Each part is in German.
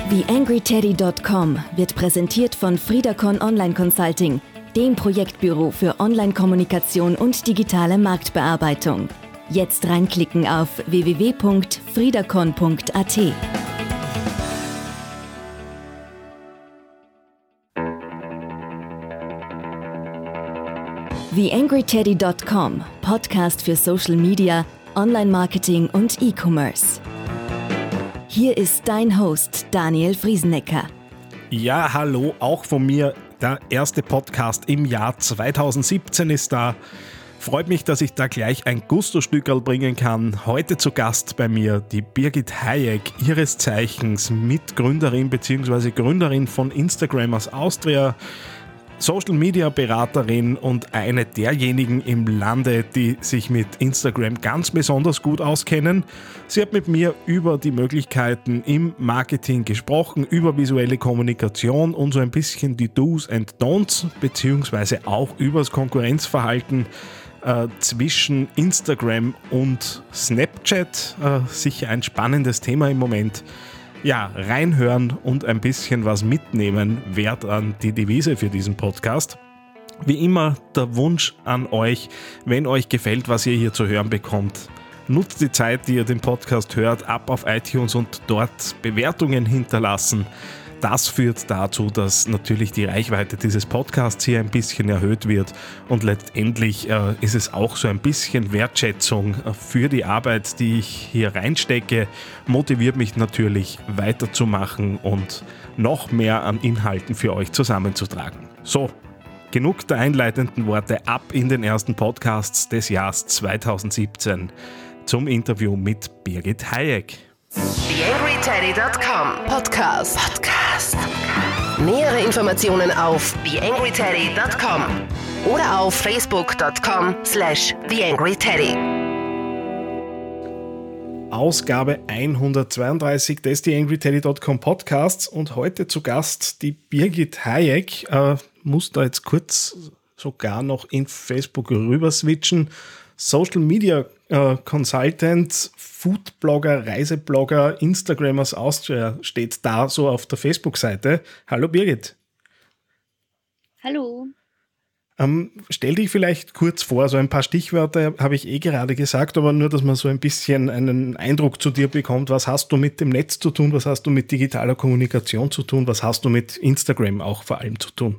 TheAngryTeddy.com wird präsentiert von Friedacon Online Consulting, dem Projektbüro für Online-Kommunikation und digitale Marktbearbeitung. Jetzt reinklicken auf www.friedacon.at. TheAngryTeddy.com, Podcast für Social Media, Online-Marketing und E-Commerce. Hier ist dein Host Daniel Friesenecker. Ja, hallo, auch von mir. Der erste Podcast im Jahr 2017 ist da. Freut mich, dass ich da gleich ein Gusto-Stückerl bringen kann. Heute zu Gast bei mir die Birgit Hayek, ihres Zeichens Mitgründerin bzw. Gründerin von Instagrammers Austria, Social-Media-Beraterin und eine derjenigen im Lande, die sich mit Instagram ganz besonders gut auskennen. Sie hat mit mir über die Möglichkeiten im Marketing gesprochen, über visuelle Kommunikation und so ein bisschen die Do's and Don'ts, beziehungsweise auch über das Konkurrenzverhalten zwischen Instagram und Snapchat. Sicher ein spannendes Thema im Moment. Ja, reinhören und ein bisschen was mitnehmen wäre dann die Devise für diesen Podcast. Wie immer der Wunsch an euch, wenn euch gefällt, was ihr hier zu hören bekommt, nutzt die Zeit, die ihr den Podcast hört, ab auf iTunes und dort Bewertungen hinterlassen. Das führt dazu, dass natürlich die Reichweite dieses Podcasts hier ein bisschen erhöht wird und letztendlich ist es auch so ein bisschen Wertschätzung für die Arbeit, die ich hier reinstecke, motiviert mich natürlich weiterzumachen und noch mehr an Inhalten für euch zusammenzutragen. So, genug der einleitenden Worte, ab in den ersten Podcasts des Jahres 2017 zum Interview mit Birgit Hayek. TheAngryTeddy.com Podcast. Nähere Informationen auf TheAngryTeddy.com oder auf Facebook.com/TheAngryTeddy. Ausgabe 132 des TheAngryTeddy.com Podcasts und heute zu Gast die Birgit Hayek. Muss da jetzt kurz sogar noch in Facebook rüber switchen. Social Media Consultant, Foodblogger, Reiseblogger, Instagrammers Austria steht da so auf der Facebook-Seite. Hallo Birgit. Hallo. Stell dich vielleicht kurz vor, so ein paar Stichwörter habe ich gerade gesagt, aber nur, dass man so ein bisschen einen Eindruck zu dir bekommt. Was hast du mit dem Netz zu tun? Was hast du mit digitaler Kommunikation zu tun? Was hast du mit Instagram auch vor allem zu tun?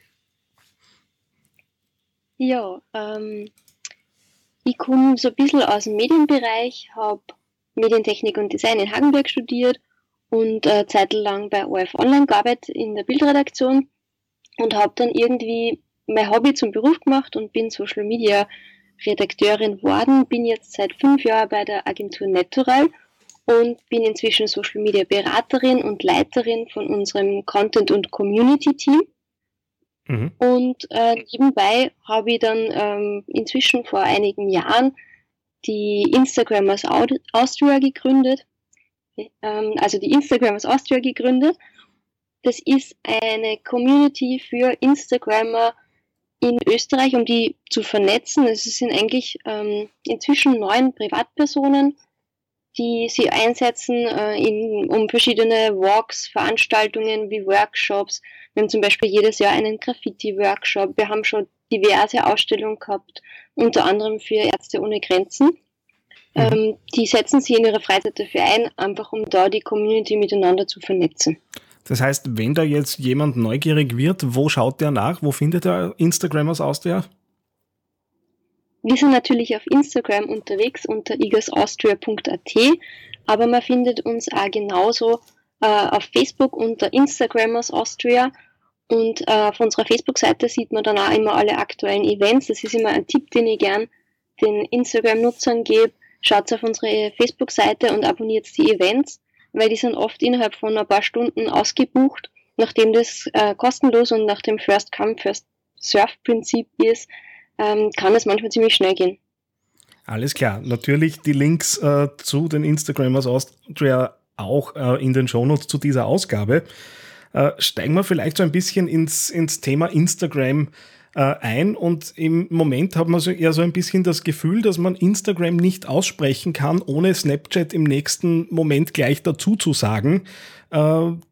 Ja, ich komme so ein bisschen aus dem Medienbereich, habe Medientechnik und Design in Hagenberg studiert und zeitlang bei ORF Online gearbeitet in der Bildredaktion und habe dann irgendwie mein Hobby zum Beruf gemacht und bin Social Media Redakteurin geworden, bin jetzt seit 5 Jahren bei der Agentur Natural und bin inzwischen Social Media Beraterin und Leiterin von unserem Content- und Community-Team. Und nebenbei habe ich dann inzwischen vor einigen Jahren die Instagrammers Austria gegründet. Das ist eine Community für Instagrammer in Österreich, um die zu vernetzen. Es sind eigentlich inzwischen 9 Privatpersonen, die sie einsetzen, um verschiedene Walks, Veranstaltungen wie Workshops. Wir haben zum Beispiel jedes Jahr einen Graffiti-Workshop. Wir haben schon diverse Ausstellungen gehabt, unter anderem für Ärzte ohne Grenzen. Die setzen sich in ihrer Freizeit dafür ein, einfach um da die Community miteinander zu vernetzen. Das heißt, wenn da jetzt jemand neugierig wird, wo schaut der nach? Wo findet er Instagrammers Austria? Wir sind natürlich auf Instagram unterwegs unter igasaustria.at, aber man findet uns auch genauso auf Facebook unter Instagrammers Austria und auf unserer Facebook-Seite sieht man dann auch immer alle aktuellen Events. Das ist immer ein Tipp, den ich gern den Instagram-Nutzern gebe. Schaut auf unsere Facebook-Seite und abonniert die Events, weil die sind oft innerhalb von ein paar Stunden ausgebucht. Nachdem das kostenlos und nach dem First-Come, First-Serve-Prinzip ist, kann es manchmal ziemlich schnell gehen. Alles klar. Natürlich die Links zu den Instagrammers Austria auch in den Shownotes zu dieser Ausgabe. Steigen wir vielleicht so ein bisschen ins Thema Instagram ein und im Moment hat man so eher so ein bisschen das Gefühl, dass man Instagram nicht aussprechen kann, ohne Snapchat im nächsten Moment gleich dazu zu sagen.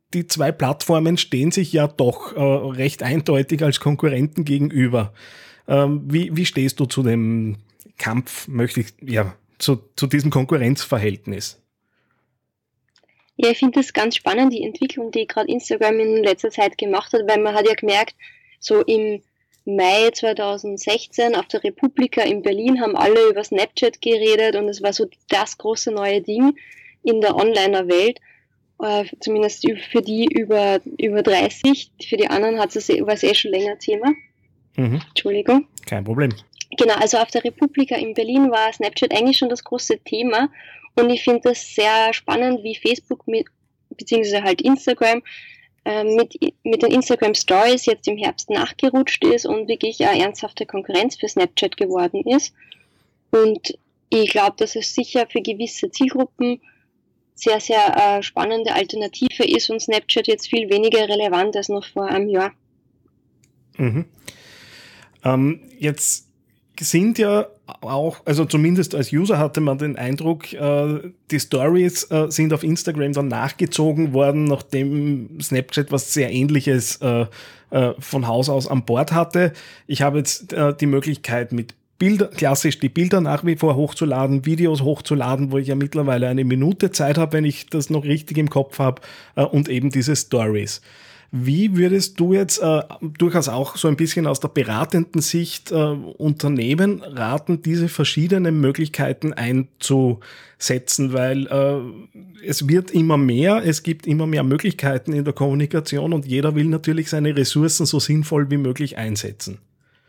die zwei Plattformen stehen sich ja doch recht eindeutig als Konkurrenten gegenüber. Wie stehst du zu dem Kampf, zu diesem Konkurrenzverhältnis? Ja, ich finde das ganz spannend, die Entwicklung, die gerade Instagram in letzter Zeit gemacht hat, weil man hat ja gemerkt, so im Mai 2016 auf der Republika in Berlin haben alle über Snapchat geredet und es war so das große neue Ding in der Onliner-Welt, zumindest für die über 30, für die anderen war es schon länger Thema. Entschuldigung. Kein Problem. Genau, also auf der Republika in Berlin war Snapchat eigentlich schon das große Thema und ich finde das sehr spannend, wie Facebook beziehungsweise halt Instagram mit den Instagram Stories jetzt im Herbst nachgerutscht ist und wirklich eine ernsthafte Konkurrenz für Snapchat geworden ist. Und ich glaube, dass es sicher für gewisse Zielgruppen sehr, sehr spannende Alternative ist und Snapchat jetzt viel weniger relevant als noch vor einem Jahr. Jetzt sind ja auch, also zumindest als User hatte man den Eindruck, die Stories sind auf Instagram dann nachgezogen worden, nachdem Snapchat was sehr Ähnliches von Haus aus an Bord hatte. Ich habe jetzt die Möglichkeit mit klassisch die Bilder nach wie vor hochzuladen, Videos hochzuladen, wo ich ja mittlerweile 1 Minute Zeit habe, wenn ich das noch richtig im Kopf habe, und eben diese Stories. Wie würdest du jetzt durchaus auch so ein bisschen aus der beratenden Sicht Unternehmen raten, diese verschiedenen Möglichkeiten einzusetzen? Weil es wird immer mehr, es gibt immer mehr Möglichkeiten in der Kommunikation und jeder will natürlich seine Ressourcen so sinnvoll wie möglich einsetzen.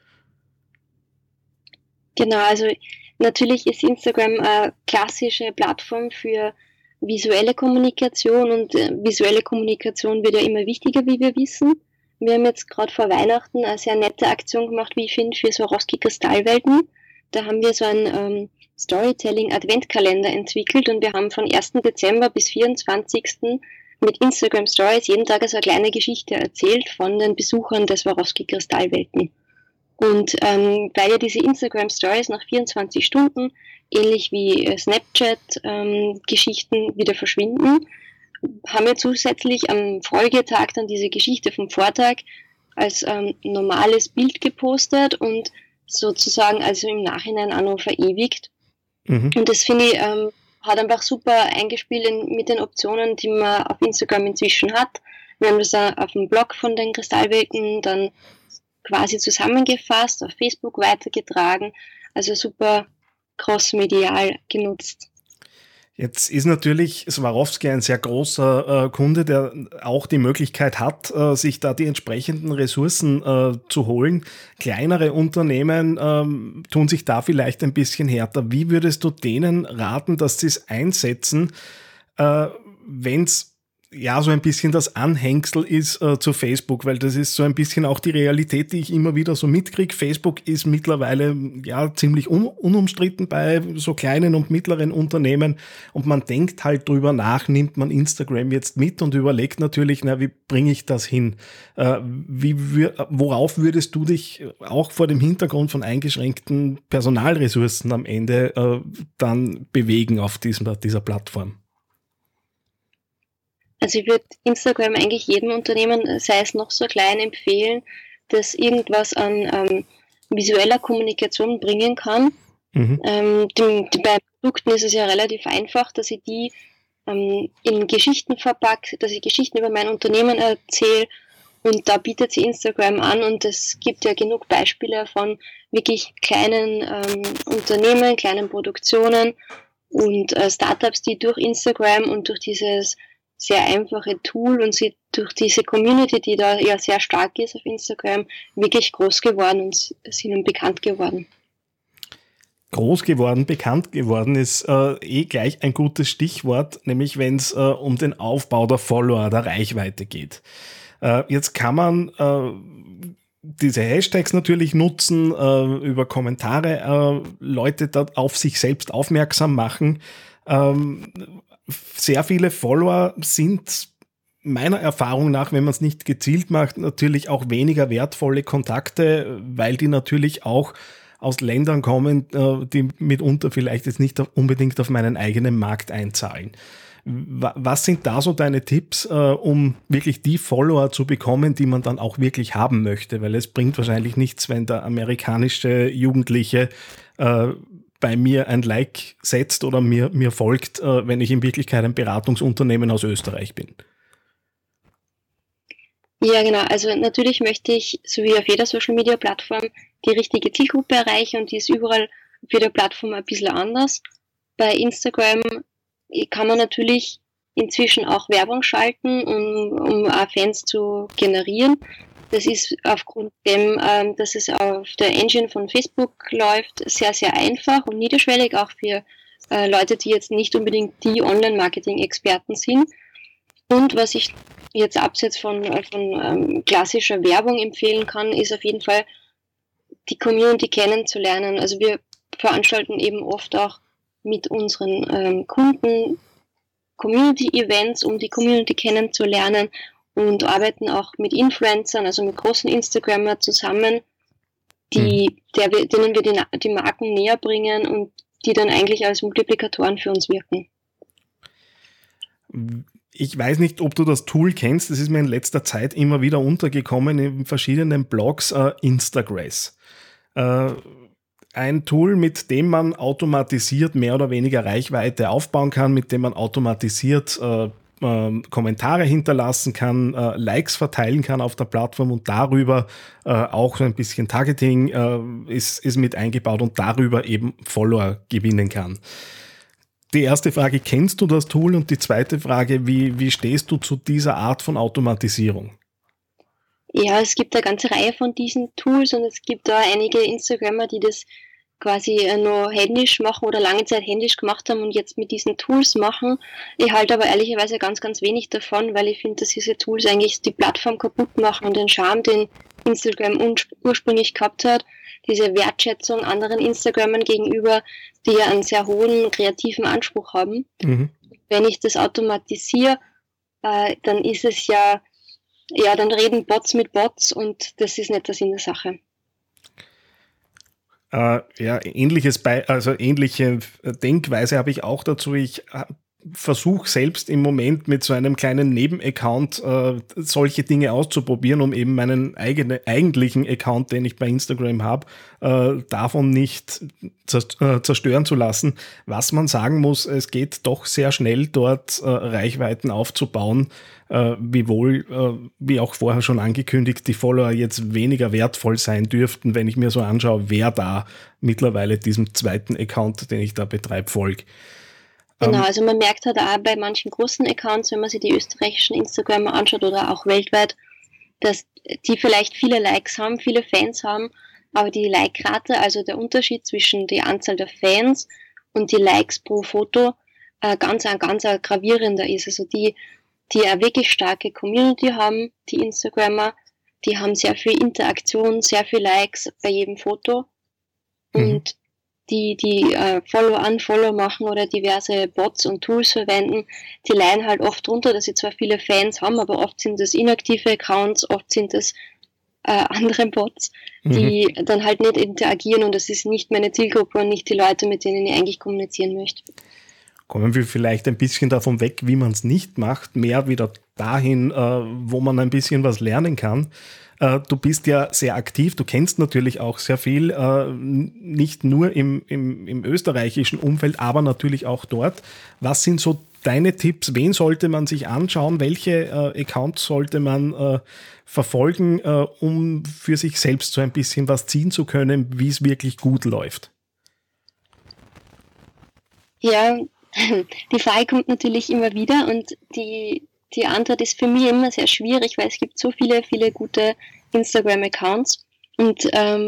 Genau, also natürlich ist Instagram eine klassische Plattform für visuelle Kommunikation und visuelle Kommunikation wird ja immer wichtiger, wie wir wissen. Wir haben jetzt gerade vor Weihnachten eine sehr nette Aktion gemacht, wie ich finde, für Swarovski-Kristallwelten. Da haben wir so einen Storytelling-Adventkalender entwickelt und wir haben von 1. Dezember bis 24. mit Instagram Stories jeden Tag so eine kleine Geschichte erzählt von den Besuchern der Swarovski-Kristallwelten. Und weil ja diese Instagram Stories nach 24 Stunden ähnlich wie Snapchat-Geschichten wieder verschwinden, haben wir zusätzlich am Folgetag dann diese Geschichte vom Vortag als normales Bild gepostet und sozusagen also im Nachhinein auch noch verewigt. Und das finde ich hat einfach super eingespielt mit den Optionen, die man auf Instagram inzwischen hat. Wir haben das auf dem Blog von den Kristallwelten dann quasi zusammengefasst, auf Facebook weitergetragen, also super crossmedial genutzt. Jetzt ist natürlich Swarovski ein sehr großer Kunde, der auch die Möglichkeit hat, sich da die entsprechenden Ressourcen zu holen. Kleinere Unternehmen tun sich da vielleicht ein bisschen härter. Wie würdest du denen raten, dass sie es einsetzen, wenn es ja so ein bisschen das Anhängsel ist zu Facebook, weil das ist so ein bisschen auch die Realität, die ich immer wieder so mitkriege. Facebook ist mittlerweile ja ziemlich unumstritten bei so kleinen und mittleren Unternehmen und man denkt halt drüber nach, nimmt man Instagram jetzt mit und überlegt natürlich, wie bringe ich das hin? Worauf würdest du dich auch vor dem Hintergrund von eingeschränkten Personalressourcen am Ende dann bewegen auf dieser Plattform? Also ich würde Instagram eigentlich jedem Unternehmen, sei es noch so klein, empfehlen, das irgendwas an visueller Kommunikation bringen kann. Bei Produkten ist es ja relativ einfach, dass ich die in Geschichten verpacke, dass ich Geschichten über mein Unternehmen erzähle und da bietet sie Instagram an und es gibt ja genug Beispiele von wirklich kleinen Unternehmen, kleinen Produktionen und Startups, die durch Instagram und durch dieses sehr einfache Tool und sie durch diese Community, die da ja sehr stark ist auf Instagram, wirklich groß geworden und sind bekannt geworden. Groß geworden, bekannt geworden ist gleich ein gutes Stichwort, nämlich wenn es um den Aufbau der Follower, der Reichweite geht. Jetzt kann man diese Hashtags natürlich nutzen, über Kommentare Leute da auf sich selbst aufmerksam machen. Sehr viele Follower sind meiner Erfahrung nach, wenn man es nicht gezielt macht, natürlich auch weniger wertvolle Kontakte, weil die natürlich auch aus Ländern kommen, die mitunter vielleicht jetzt nicht unbedingt auf meinen eigenen Markt einzahlen. Was sind da so deine Tipps, um wirklich die Follower zu bekommen, die man dann auch wirklich haben möchte? Weil es bringt wahrscheinlich nichts, wenn der amerikanische Jugendliche bei mir ein Like setzt oder mir folgt, wenn ich in Wirklichkeit ein Beratungsunternehmen aus Österreich bin. Ja, genau. Also natürlich möchte ich, so wie auf jeder Social-Media-Plattform, die richtige Zielgruppe erreichen und die ist überall auf jeder Plattform ein bisschen anders. Bei Instagram kann man natürlich inzwischen auch Werbung schalten, um auch Fans zu generieren. Das ist aufgrund dem, dass es auf der Engine von Facebook läuft, sehr, sehr einfach und niederschwellig, auch für Leute, die jetzt nicht unbedingt die Online-Marketing-Experten sind. Und was ich jetzt abseits von klassischer Werbung empfehlen kann, ist auf jeden Fall die Community kennenzulernen. Also wir veranstalten eben oft auch mit unseren Kunden Community-Events, um die Community kennenzulernen und arbeiten auch mit Influencern, also mit großen Instagrammer zusammen, denen wir die Marken näher bringen und die dann eigentlich als Multiplikatoren für uns wirken. Ich weiß nicht, ob du das Tool kennst, das ist mir in letzter Zeit immer wieder untergekommen in verschiedenen Blogs, Instagrace. Ein Tool, mit dem man automatisiert mehr oder weniger Reichweite aufbauen kann, mit dem man automatisiert Kommentare hinterlassen kann, Likes verteilen kann auf der Plattform und darüber auch so ein bisschen Targeting ist mit eingebaut und darüber eben Follower gewinnen kann. Die erste Frage, kennst du das Tool? Und die zweite Frage, wie stehst du zu dieser Art von Automatisierung? Ja, es gibt eine ganze Reihe von diesen Tools und es gibt da einige Instagrammer, die das quasi nur händisch machen oder lange Zeit händisch gemacht haben und jetzt mit diesen Tools machen. Ich halte aber ehrlicherweise ganz, ganz wenig davon, weil ich finde, dass diese Tools eigentlich die Plattform kaputt machen und den Charme, den Instagram ursprünglich gehabt hat, diese Wertschätzung anderen Instagrammern gegenüber, die ja einen sehr hohen kreativen Anspruch haben. Mhm. Wenn ich das automatisiere, dann ist es ja, dann reden Bots mit Bots und das ist nicht der Sinn der Sache. Ähnliche Denkweise habe ich auch dazu. Ich versuche selbst im Moment mit so einem kleinen Nebenaccount solche Dinge auszuprobieren, um eben meinen eigentlichen Account, den ich bei Instagram habe, davon nicht zerstören zu lassen. Was man sagen muss, es geht doch sehr schnell dort Reichweiten aufzubauen, wie auch vorher schon angekündigt, die Follower jetzt weniger wertvoll sein dürften, wenn ich mir so anschaue, wer da mittlerweile diesem zweiten Account, den ich da betreibe, folgt. Genau, also man merkt halt auch bei manchen großen Accounts, wenn man sich die österreichischen Instagrammer anschaut oder auch weltweit, dass die vielleicht viele Likes haben, viele Fans haben, aber die Like-Rate, also der Unterschied zwischen der Anzahl der Fans und die Likes pro Foto, ganz gravierender ist. Also die eine wirklich starke Community haben, die Instagrammer, die haben sehr viel Interaktion, sehr viel Likes bei jedem Foto und die Follow machen oder diverse Bots und Tools verwenden, die leiden halt oft drunter, dass sie zwar viele Fans haben, aber oft sind es inaktive Accounts, oft sind es andere Bots, die dann halt nicht interagieren und das ist nicht meine Zielgruppe und nicht die Leute, mit denen ich eigentlich kommunizieren möchte. Kommen wir vielleicht ein bisschen davon weg, wie man es nicht macht, mehr wieder dahin, wo man ein bisschen was lernen kann. Du bist ja sehr aktiv, du kennst natürlich auch sehr viel, nicht nur im österreichischen Umfeld, aber natürlich auch dort. Was sind so deine Tipps? Wen sollte man sich anschauen? Welche Accounts sollte man verfolgen, um für sich selbst so ein bisschen was ziehen zu können, wie es wirklich gut läuft? Ja, die Frage kommt natürlich immer wieder und die Antwort ist für mich immer sehr schwierig, weil es gibt so viele gute Instagram-Accounts und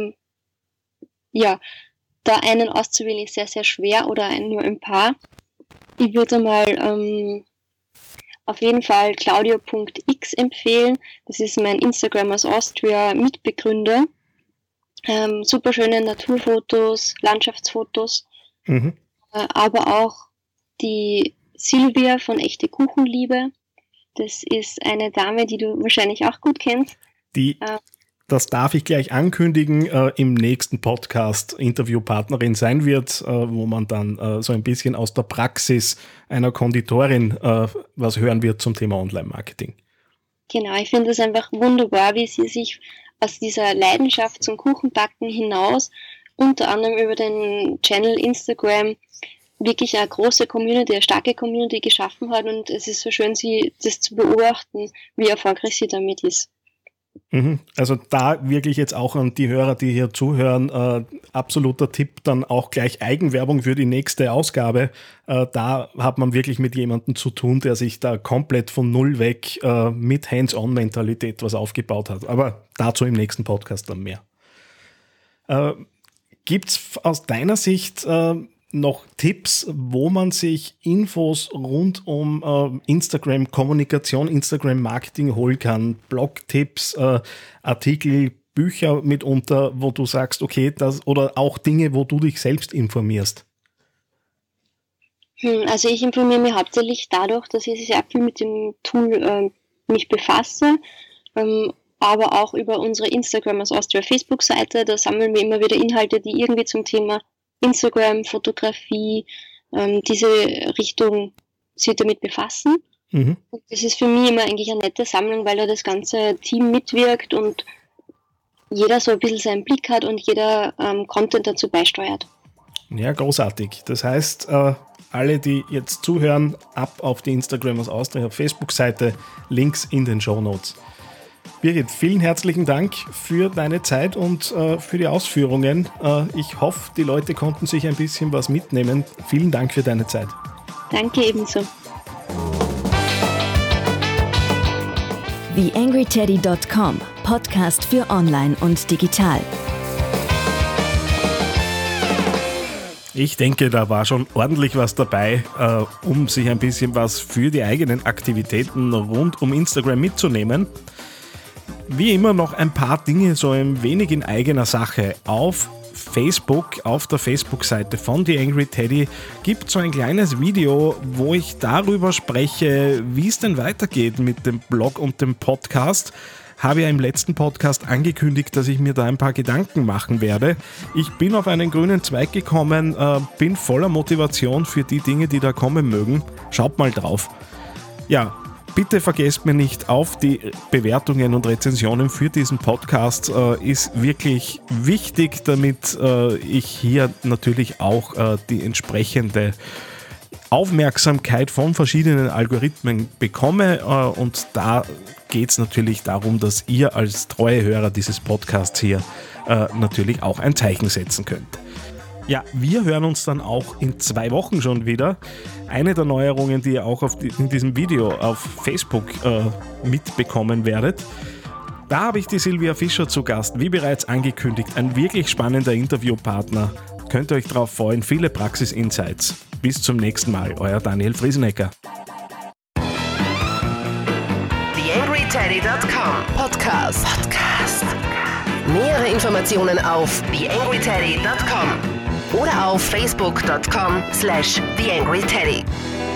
da einen auszuwählen ist sehr, sehr schwer oder nur ein paar. Ich würde mal auf jeden Fall Claudio.x empfehlen. Das ist mein Instagram aus Austria Mitbegründer. Super schöne Naturfotos, Landschaftsfotos, aber auch die Silvia von Echte Kuchenliebe. Das ist eine Dame, die du wahrscheinlich auch gut kennst. das darf ich gleich ankündigen, im nächsten Podcast Interviewpartnerin sein wird, wo man dann so ein bisschen aus der Praxis einer Konditorin was hören wird zum Thema Online-Marketing. Genau, ich finde es einfach wunderbar, wie sie sich aus dieser Leidenschaft zum Kuchenbacken hinaus, unter anderem über den Channel Instagram, wirklich eine große Community, eine starke Community geschaffen hat, und es ist so schön, sie das zu beobachten, wie erfolgreich sie damit ist. Also da wirklich jetzt auch an die Hörer, die hier zuhören, absoluter Tipp, dann auch gleich Eigenwerbung für die nächste Ausgabe. Da hat man wirklich mit jemandem zu tun, der sich da komplett von Null weg mit Hands-on-Mentalität was aufgebaut hat. Aber dazu im nächsten Podcast dann mehr. Gibt's aus deiner Sicht noch Tipps, wo man sich Infos rund um Instagram-Kommunikation, Instagram-Marketing holen kann? Blog-Tipps, Artikel, Bücher mitunter, wo du sagst, okay, das, oder auch Dinge, wo du dich selbst informierst? Also ich informiere mich hauptsächlich dadurch, dass ich sehr viel mit dem Tool mich befasse, aber auch über unsere Instagram als Austria Facebook-Seite. Da sammeln wir immer wieder Inhalte, die irgendwie zum Thema Instagram, Fotografie, diese Richtung sich damit befassen. Und das ist für mich immer eigentlich eine nette Sammlung, weil da das ganze Team mitwirkt und jeder so ein bisschen seinen Blick hat und jeder Content dazu beisteuert. Ja, großartig. Das heißt, alle, die jetzt zuhören, ab auf die Instagram aus Austria Facebook-Seite, Links in den Shownotes. Birgit, vielen herzlichen Dank für deine Zeit und für die Ausführungen. Ich hoffe, die Leute konnten sich ein bisschen was mitnehmen. Vielen Dank für deine Zeit. Danke ebenso. TheAngryTeddy.com, Podcast für Online und Digital. Ich denke, da war schon ordentlich was dabei, um sich ein bisschen was für die eigenen Aktivitäten rund um Instagram mitzunehmen. Wie immer noch ein paar Dinge so ein wenig in eigener Sache. Auf Facebook, auf der Facebook-Seite von The Angry Teddy gibt es so ein kleines Video, wo ich darüber spreche, wie es denn weitergeht mit dem Blog und dem Podcast. Habe ja im letzten Podcast angekündigt, dass ich mir da ein paar Gedanken machen werde. Ich bin auf einen grünen Zweig gekommen, bin voller Motivation für die Dinge, die da kommen mögen. Schaut mal drauf. Ja, bitte vergesst mir nicht auf die Bewertungen und Rezensionen für diesen Podcast. Ist wirklich wichtig, damit ich hier natürlich auch die entsprechende Aufmerksamkeit von verschiedenen Algorithmen bekomme. Und da geht es natürlich darum, dass ihr als treue Hörer dieses Podcasts hier natürlich auch ein Zeichen setzen könnt. Ja, wir hören uns dann auch in 2 Wochen schon wieder. Eine der Neuerungen, die ihr auch in diesem Video auf Facebook mitbekommen werdet. Da habe ich die Silvia Fischer zu Gast, wie bereits angekündigt, ein wirklich spannender Interviewpartner. Könnt ihr euch darauf freuen, viele Praxis-Insights. Bis zum nächsten Mal, euer Daniel Friesenecker. TheAngryTeddy.com Podcast. Nähere Informationen auf TheAngryTeddy.com oder auf Facebook.com/TheAngryTeddy.